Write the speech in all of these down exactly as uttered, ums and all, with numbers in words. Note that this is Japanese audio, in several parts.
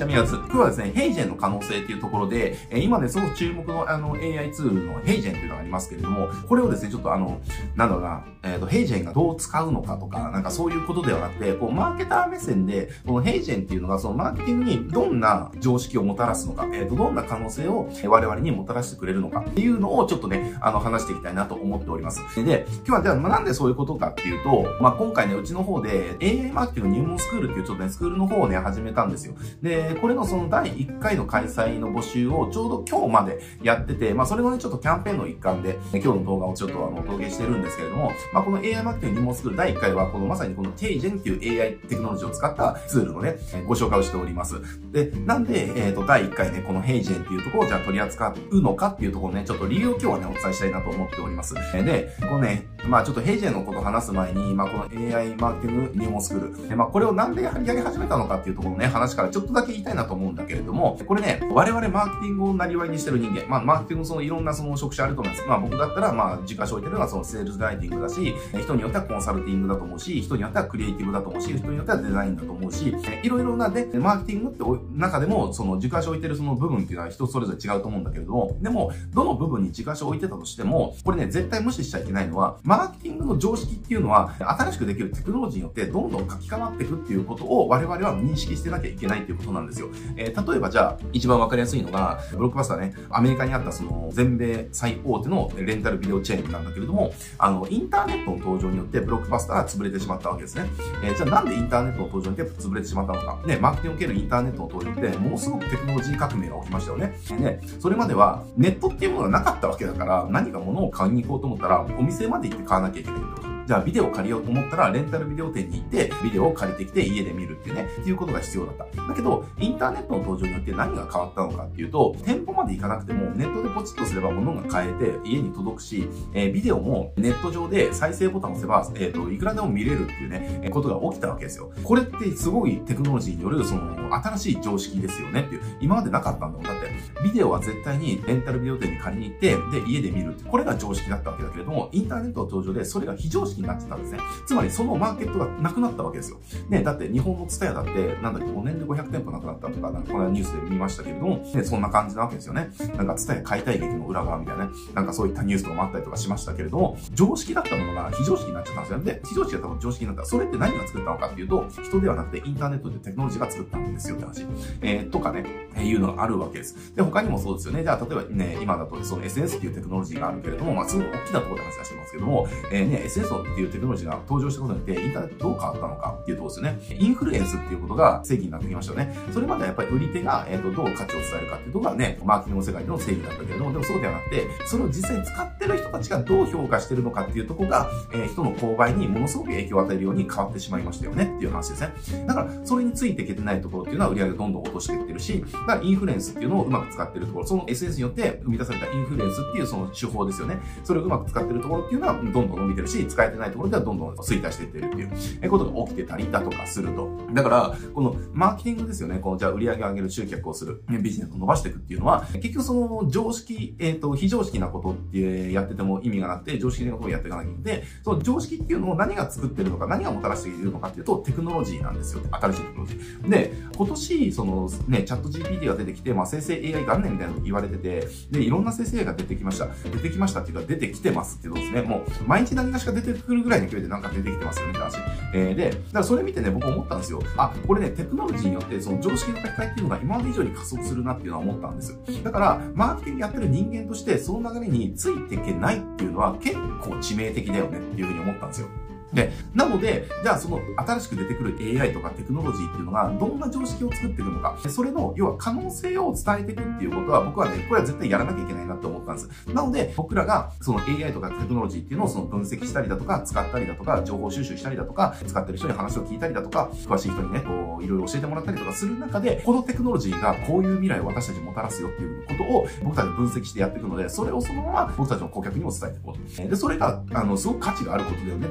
ちゃみやつ。今日はですね、ヘイジェンの可能性っていうところで、えー、今ね、その注目のあの エーアイ ツールのヘイジェンっていうのがありますけれども、これをですね、ちょっとあの、なんだろうな、えっと、ヘイジェンがどう使うのかとか、なんかそういうことではなくて、こう、マーケター目線で、このヘイジェンっていうのが、そのマーケティングにどんな常識をもたらすのか、えっと、どんな可能性を我々にもたらしてくれるのかっていうのをちょっとね、あの、話していきたいなと思っております。で、今日はじゃあ、まあ、なんでそういうことかっていうと、まあ、今回ね、うちの方で エーアイ マーケティング入門スクールっていうちょっとね、スクールの方をね、始めたんですよ。で、これのそのだいいっかいの開催の募集をちょうど今日までやってて、まあ、それもね、ちょっとキャンペーンの一環で、今日の動画をちょっとあの、お届けしてるんですけれども、まあ、この エーアイ マーケティング入門スクールだいいっかいは、このまさにこのヘイジェンっていう エーアイ テクノロジーを使ったツールのね、ご紹介をしております。で、なんで、えっと、だいいっかいね、このヘイジェンっていうところをじゃあ取り扱うのかっていうところね、ちょっと理由を今日はね、お伝えしたいなと思っております。で、このね、まあちょっとヘイジェンのことを話す前に、まあこの エーアイ マーケティング入門スクール、でまあこれをなんでやり始めたのかっていうところのね、話からちょっとだけ言いたいなと思うんだけれども、これね、我々マーケティングをなりわいにしてる人間、まあマーケティングのそのいろんなその職種あると思います。まあ僕だったら、まあ自家商置いてるのはそのセールスライティングだし、人によってはコンサルティングだと思うし、人によってはクリエイティブだと思うし、人によってはデザインだと思うし、いろいろなね、マーケティングって中でも、その自家商置いてるその部分っていうのは人それぞれ違うと思うんだけれども、でも、どの部分に自家商置いてたとしても、これね、絶対無視しちゃいけないのは、マーケティングの常識っていうのは、新しくできるテクノロジーによってどんどん書き換わっていくっていうことを我々は認識してなきゃいけないっていうことなんですよ。えー、例えばじゃあ、一番わかりやすいのが、ブロックバスターね、アメリカにあったその全米最大手のレンタルビデオチェーンなんだけれども、あの、インターネットの登場によってブロックバスターが潰れてしまったわけですね。えー、じゃあなんでインターネットの登場によって潰れてしまったのか。ね、マーケティングにおけるインターネットの登場って、ものすごくテクノロジー革命が起きましたよね。ね、それまではネットっていうものがなかったわけだから、何か物を買いに行こうと思ったら、お店まで行って買わなきゃいけないとか。じゃあビデオを借りようと思ったら、レンタルビデオ店に行って、ビデオを借りてきて家で見るっていうね、っていうことが必要だった。だけど、インターネットの登場によって何が変わったのかっていうと、店舗まで行かなくても、ネットでポチッとすれば物が買えて、家に届くし、えー、ビデオもネット上で再生ボタンを押せば、えっと、いくらでも見れるっていうね、ことが起きたわけですよ。これってすごいテクノロジーによる、その、新しい常識ですよねっていう。今までなかったんだもん。だって、ビデオは絶対にレンタルビデオ店に借りに行って、で、家で見るって。これが常識だったわけだけれども、インターネットの登場でそれが非常識になってたんですね。つまりそのマーケットがなくなったわけですよ。ね、だって日本のツタヤだって、なんだっけ、ごねんでごひゃくてんぽなくなったとか、なんかこのニュースで見ましたけれども、ね、そんな感じなわけですよね。なんかツタヤ解体劇の裏側みたいなね、なんかそういったニュースとかもあったりとかしましたけれども、常識だったものが非常識になっちゃったんですよ。で、非常識だったものが常識になった。それって何が作ったのかっていうと、人ではなくてインターネットでテクノロジーが作ったんですよって話。えー、とかね、えー、いうのがあるわけです。で、他にもそうですよね。じゃあ、例えばね、今だとその エスエヌエス っていうテクノロジーがあるけれども、まあ、すごい大きなところで話はしてますけども、えー、ね、エスエヌエス っていうテクノロジーが登場したことによって、インターネットどう変わったのかっていうところですよね。インフルエンスっていうことが正義になってきましたよね。それまではやっぱり売り手が、えっと、どう価値を伝えるかっていうのがね、マーケティングの世界での正義だったけれども、でもそうではなくて、それを実際に使ってる人たちがどう評価してるのかっていうところが、えー、人の購買にものすごく影響を与えるように変わってしまいましたよねっていう話ですね。だから、それについていけてないところっていうのは売り上げをどんどん落としていってるし、だからインフルエンスっていうのをうまく使ってるところ、その エスエヌエス によって生み出されたインフルエンスっていうその手法ですよね。それをうまく使ってるところっていうのはどんどん伸びてるし、使えてないところではどんどん衰退していってるっていうことが起きてたりだとかすると。だから、このマーケティングですよね。このじゃあ売り上げを上げる集客をする、ビジネスを伸ばしていくっていうのは、結局その常識、えっと、非常識なことってやってても意味がなくて、常識的なことをやっていかなきゃいけない。で、その常識っていうのを何が作ってるのか、何がもたらしているのかっていうと、テクノロジーなんですよ。新しいテクノロジー。で、今年、そのね、チャット ジーピーティー が出てきて、まあ生成 エーアイ 元年みたいなの言われてて、で、いろんな生成 エーアイ が出てきました。出てきましたっていうか、出てきてますっていうことですね。もう、毎日何かしか出てくるぐらいの勢いでなんか出てきてますよねって話。えー、で、だからそれ見てね、僕思ったんですよ。あ、これね、テクノロジーによって、その常識の書き換えっていうのが今まで以上に加速するなっていうのは思ったんです。だから、マーケティングやってる人間として、その流れについていけないっていうのは結構致命的だよねっていうふうに思ったんですよ。で、なので、じゃあその新しく出てくる エーアイ とかテクノロジーっていうのがどんな常識を作っていくのか、それの要は可能性を伝えていくっていうことは僕はね、これは絶対やらなきゃいけないなって思ったんです。なので、僕らがその エーアイ とかテクノロジーっていうのをその分析したりだとか、使ったりだとか、情報収集したりだとか、使ってる人に話を聞いたりだとか、詳しい人にね、こう、いろいろ教えてもらったりとかする中で、このテクノロジーがこういう未来を私たちにもたらすよっていうことを僕たち分析してやっていくので、それをそのまま僕たちの顧客にも伝えていこうと。で、それが、あの、すごく価値があることだよねって思ったの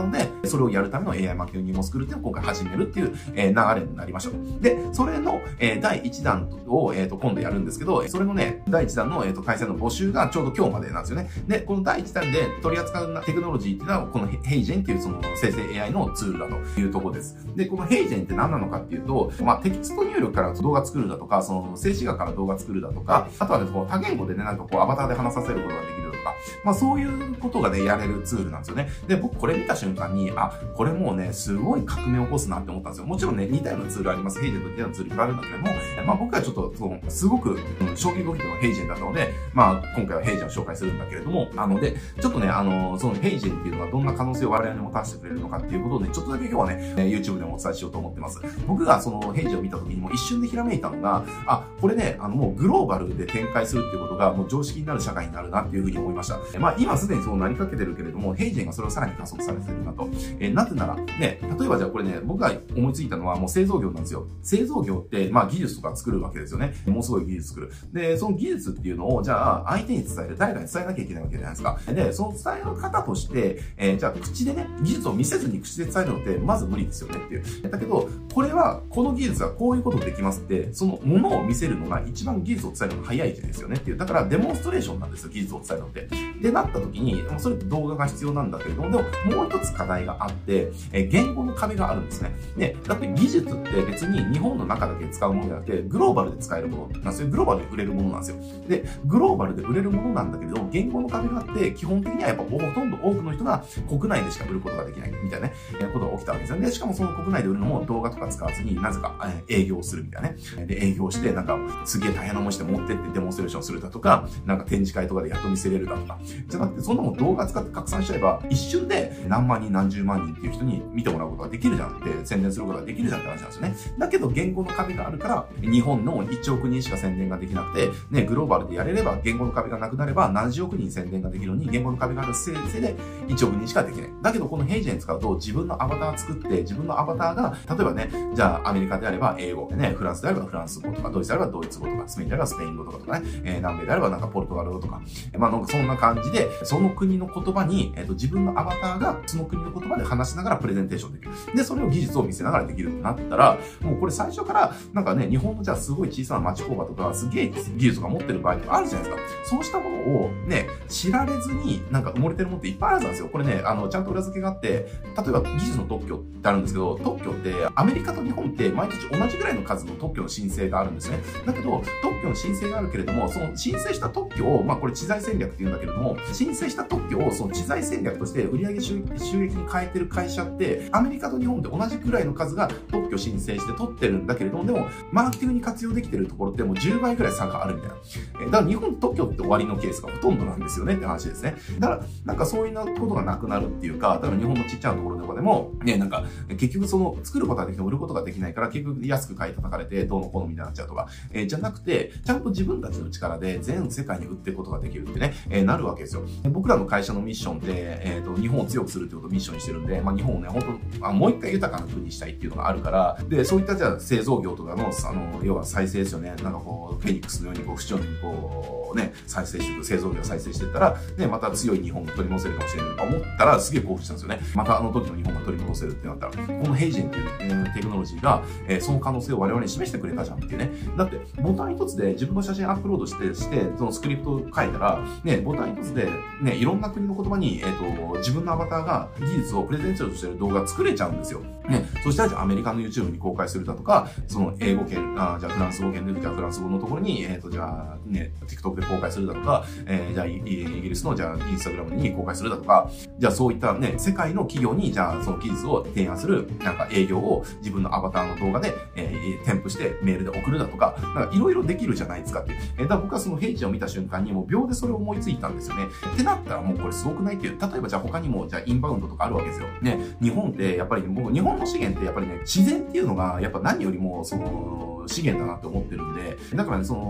ので、それをやるための エーアイ マーケティングも作るっていうのを今回始めるっていう、えー、流れになりましたと。で、それの、えー、だいいちだんを、えっと、今度やるんですけど、それのね、だいいちだんの、えっと、開催の募集がちょうど今日までなんですよね。で、このだいいちだんで取り扱うテクノロジーっていうのは、このヘイジェンっていうその生成 エーアイ のツールだというところです。で、このヘイジェンって何なのかっていうと、まあ、テキスト入力から動画作るだとか、その静止画から動画作るだとか、あとはね、こう多言語でね、なんかこうアバターで話させることができるとか、まあそういうことがね、やれるツールなんですよね。で、僕これ見た瞬間に、あ、これもうね、すごい革命を起こすなって思ったんですよ。もちろんね、似たようなツールあります。ヘイジェンと似たようなツールいっぱいあるんだけども、まあ僕はちょっと、その、すごく、うん、衝撃を受けたのがヘイジェンだったので、まあ今回はヘイジェンを紹介するんだけれども、なので、ちょっとね、あの、そのヘイジェンっていうのはどんな可能性を我々に持たせてくれるのかっていうことをね、ちょっとだけ今日はね、YouTube でもお伝えしようと思ってます。僕がそのヘイジェンを見た時にも一瞬でひらめいたのが、あ、これね、あのもうグローバルで展開するっていうことがもう常識になる社会になるなっていうふうに思いました。まあ今すでにそうなりかけてるけれども、ヘイジェンがそれをさらに加速されてるなと。えー、なぜなら、ね、例えばじゃあこれね、僕が思いついたのはもう製造業なんですよ。製造業って、まあ技術とか作るわけですよね。もうすごい技術作る。で、その技術っていうのを、じゃあ相手に伝える、誰かに伝えなきゃいけないわけじゃないですか。で、その伝える方として、えー、じゃあ口でね、技術を見せずに口で伝えるのってまず無理ですよねっていう。だけど、これは、この技術はこういうことできますって、そのものを見せるのが一番技術を伝えるのが早いですよねっていう。だからデモンストレーションなんですよ、技術を伝えるのって。で、なった時に、それって動画が必要なんだけれども、でももう一つ課題があって、えー、言語の壁があるんですね。ね、だって技術って別に日本の中だけ使うものじゃなくて、グローバルで使えるものなんですよ。グローバルで売れるものなんですよ。で、グローバルで売れるものなんだけれども、言語の壁があって、基本的にはやっぱほとんど多くの人が国内でしか売ることができないみたいなね、えー、ことが起きたわけですよね。で、しかもその国内で売るのも動画とか使わずになぜか、えー、営業するみたいなね。で、営業して、なんか、すげえ大変な思いして持ってってデモンストレーションするだとか、なんか展示会とかでやっと見せれるだとか。じゃなくて、そんなもん動画使って拡散しちゃえば、一瞬で何万人何十万人っていう人に見てもらうことができるじゃんって、宣伝することができるじゃんって話なんですよね。だけど、言語の壁があるから、日本のいちおくにんしか宣伝ができなくて、ね、グローバルでやれれば、言語の壁がなくなれば、何十億人宣伝ができるのに、言語の壁があるせいで、いちおくにんしかできない。だけど、このヘイジェン使うと、自分のアバター作って、自分のアバターが、例えばね、じゃあ、アメリカであれば英語でね、フランスであればフランス語とか、ドイツであればドイツ語とか、スペインであればスペイン語とかとかね、えー、南米であればなんかポルトガル語とか、まあなんかそんな感じで、その国の言葉に、えっと、自分のアバターがその国の言葉で話しながらプレゼンテーションできる。で、それを技術を見せながらできるってなったら、もうこれ最初から、なんかね、日本のじゃあすごい小さな町工場とか、すげえ技術とか持ってる場合とかあるじゃないですか。そうしたものをね、知られずになんか埋もれてるものっていっぱいあるんですよ。これね、あの、ちゃんと裏付けがあって、例えば技術の特許ってあるんですけど、特許ってアメリカと日本って毎年同じぐらいの数の特許の申請があるんですね。だけど、特許の申請があるけれども、その申請した特許を、まあこれ知財戦略って言うんだけれども、申請した特許をその知財戦略として売上収益に変えてる会社って、アメリカと日本で同じくらいの数が特許申請して取ってるんだけれども、でも、マーケティングに活用できてるところってもうじゅうばいくらい差があるみたいな。えだから日本特許って終わりのケースがほとんどなんですよねって話ですね。だから、なんかそういうことがなくなるっていうか、だから日本のちっちゃなところとかでも、ね、なんか、結局その、作ることができても売ることができないから、結局安く買い叩かれて、どうのこうのみたいになっちゃうとか、えー、じゃなくて、ちゃんと自分たちの力で全世界に売っていくことができるってね、えー、なるわけですよ。僕らの会社のミッションで、えっと、日本を強くするってことをミッションにしてるんで、まあ日本をね、本当あもう一回豊かな国にしたいっていうのがあるから、で、そういったじゃあ製造業とかの、あの、要は再生ですよね。なんかこう、フェニックスのようにこう、不調にこう、ね、再生していく、製造業を再生していったら、ね、また強い日本を取り戻せるかもしれないとか思ったら、すげえ興奮したんですよね。またあの時の日本が取り戻せるってなったら、このヘイジェンっていう、えー、テクノロジーが、えー、その可能性を我々に示してくれたじゃんっていうね。だって、ボタン一つで自分の写真アップロードして、して、そのスクリプトを書いたら、ね、ボタン一つで、ね、いろんな国の言葉に、えっと、自分のアバターが技術をプレゼンテーションしてる動画作れちゃうんですよ。ね、そしたらじゃあアメリカの YouTube に公開するだとか、その英語圏、あじゃあフランス語圏で、じゃあフランス語のところに、えっと、じゃあね、TikTok で公開するだとか、えー、じゃあイギリスの、じゃあインスタグラムに公開するだとか、じゃあそういったね、世界の企業に、じゃあその技術を提案する、なんか営業を自分のアバターの動画で、えー、添付してメールで送るだとか、なんかいろいろできるじゃないですかっていう。えー、だから僕はそのヘイジを見た瞬間にもう秒でそれを思いついたんですよね。ってなったらもうこれすごくないっていう。例えばじゃあ他にも、じゃあインバウンドとかあるわけですよ。ね、日本ってやっぱり、僕、日本の資源ってやっぱりね、自然っていうのが、やっぱ何よりも、その、資源だなって思ってるんで、だからね、その、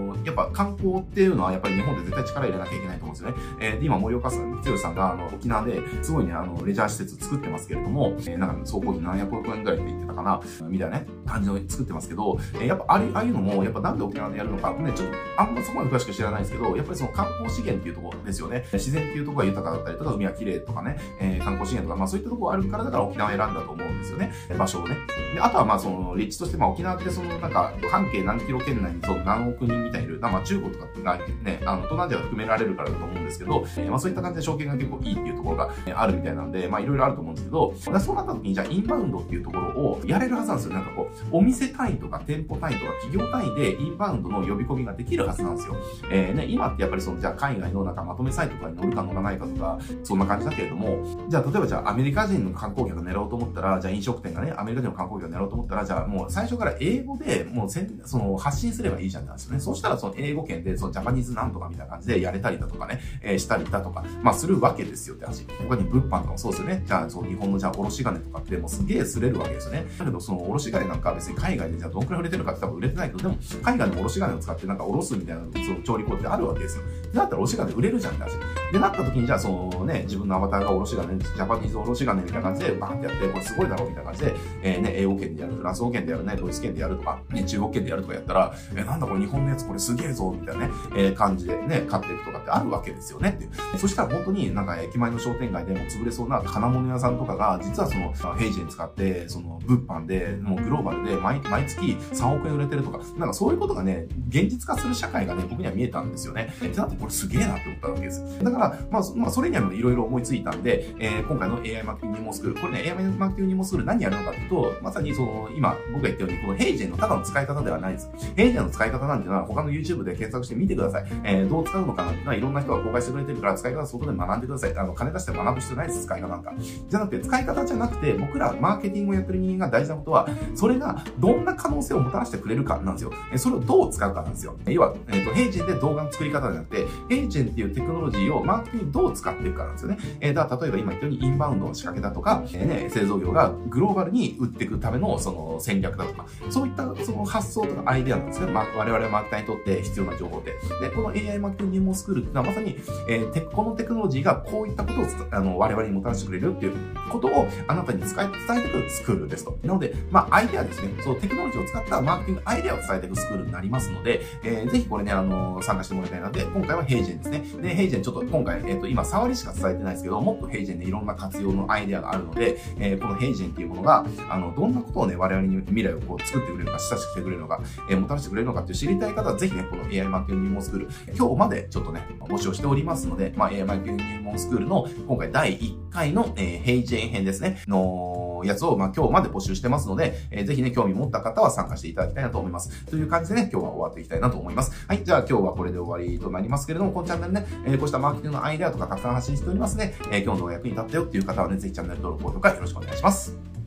のー、やっぱ観光っていうのはやっぱり日本で絶対力入れなきゃいけないと思うんですよね。えー、で、今森岡さん、剛さんがあの、沖縄ですごいね、あの、レジャー施設作ってますけれども、えー、なんか総工費ななひゃくおくえんぐらいって言ってたかな、みたいなね、感じの作ってますけど、えー、やっぱあれ、ああいうのも、やっぱなんで沖縄でやるのか、ね、ちょっと、あんまそこまで詳しく知らないですけど、やっぱりその観光資源っていうところですよね。自然っていうところが豊かだったりとか、海は綺麗とかね、えー、観光資源とか、まあそういったところがあるからだから沖縄を選んだと思うんですよね。場所をね。で、あとはまあその、立地として、まあ沖縄ってその、なんか、半径何キロ圏内にそう何億人みたいにいる、まあ中国とかがね、あの、東南アジアが含められるからだと思うんですけど、えー、まあそういった感じで証券が結構いいっていうところがあるみたいなんで、まあいろいろあると思うんですけど、そうなった時にじゃあインバウンドっていうところをやれるはずなんですよ。なんかこう、お店単位とか店舗単位とか企業単位でインバウンドの呼び込みができるはずなんですよ。えー、ね、今ってやっぱりその、じゃあ海外のなんかまとめサイトとかに乗るか乗らないかとか、そんな感じだけれども、じゃあ例えばじゃあアメリカ人の観光客を狙おうと思ったら、じゃあ飲食店がね、アメリカ人の観光客を狙おうと思ったら、じゃあもう最初から英語でもうせんその発信すればいいじゃんなんですよね。そうしたらその英語圏でそのジャパニーズなんとかみたいな感じでやれたりだとかね、えー、したりだとか、まあするわけですよって話。他に物販とかもそうですよね。じゃあその日本のじゃあ卸金とかってもうすげえすれるわけですよね。だけどその卸金なんか別に海外でじゃあどんくらい売れてるかって多分売れてないけど、でも海外の卸金を使ってなんか卸すみたいなその調理工程ってあるわけですよ。だったら卸金売れるじゃんって話。で、なった時にじゃあそのね、自分のアバターが卸金、ジャパニーズ卸金みたいな感じでバーンってやって、これすごいだろうみたいな感じで、えー、ね、英語圏でやる、フランス語圏でやるね、ドイツ圏でやるとか、ね、中国圏でやるとかやったら、えー、なんだこれ日本のやつこれすげえぞ、みたいなね、えー、感じでね、買っていくとかってあるわけですよねっていう。そしたら本当になんか駅前の商店街でも潰れそうな金物屋さんとかが、実はその、ヘイジェン使って、その、物販で、もうグローバルで毎、毎月さんおくえん売れてるとか、なんかそういうことがね、現実化する社会がね、僕には見えたんですよね。ってなってこれすげえなって思ったわけです。だから、まあ、まあ、それにはもいろいろ思いついたんで、えー、今回の エーアイ マーケティング入門スクール、これね、エーアイ マーケティング入門スクール何やるのかっていうと、まさにその、今、僕が言ったように、このヘイジェンのただの使い方ではないです。ヘイジェンの使い方なんていうのは、他の YouTube で検索してみてください。えー、どう使うのかなっていうのは、いろんな人が公開してくれてるから、使い方はそこで学んでください。あの、金出して学ぶ必要ないです、使い方なんか。じゃなくて、使い方じゃなくて、僕らマーケティングをやってる人間が大事なことは、それがどんな可能性をもたらしてくれるかなんですよ。えー、それをどう使うかなんですよ。要は、えっと、ヘイジェンで動画の作り方じゃなくて、ヘイジェンっていうテクノロジーをマーケティングにどう使っていくかなんですよね。えー、だから例えば今言ったようにインバウンドの仕掛けだとか、えー、ね、製造業がグローバルに売っていくためのその戦略だとか、そういったその発想とかアイデアなんですね。まあ、我々マーケターにとって必要な情報って。で、この エーアイ マーケティング入門スクールっていうのはまさに、えー、てこのテクノロジーがこういったことをあの我々にもたらしてくれるっていうことをあなたに使い伝えていくスクールですと。なので、まあ、アイデアですね。そう、テクノロジーを使ったマーケティングアイデアを伝えていくスクールになりますので、えー、ぜひこれね、あのー、参加してもらいたいので、今回はヘイジェンですね。で、ヘイジェンちょっと今回、えっ、ー、と、今、触りしか伝えてないですけど、もっとヘイジェンでいろんな活用のアイデアがあるので、えー、このヘイジェンっていうものが、あの、どんなことをね、我々に未来をこう作ってくれるのか、親しくしてくれるのか、えー、もたらしてくれるのかっていう知りたい方は、ぜひね、この エーアイ マーケティング入門スクール、今日までちょっとね、募集をしておりますので、まあ、エーアイ マーケティング入門スクールの、今回だいいっかいの、えー、ヘイジェン編ですね、のやつを、まあ、今日まで募集してますので、えー、ぜひね、興味持った方は参加していただきたいなと思います。という感じでね、今日は終わっていきたいなと思います。はい、じゃあ今日はこれで終わりとなりますけれども、このチャンネルね、えー、こうしたマーケティングのアイデアとかたくさん発信しておりますね。えー、今日の動画役に立ったよっていう方はね、ぜひチャンネル登録、高評価よろしくお願いします。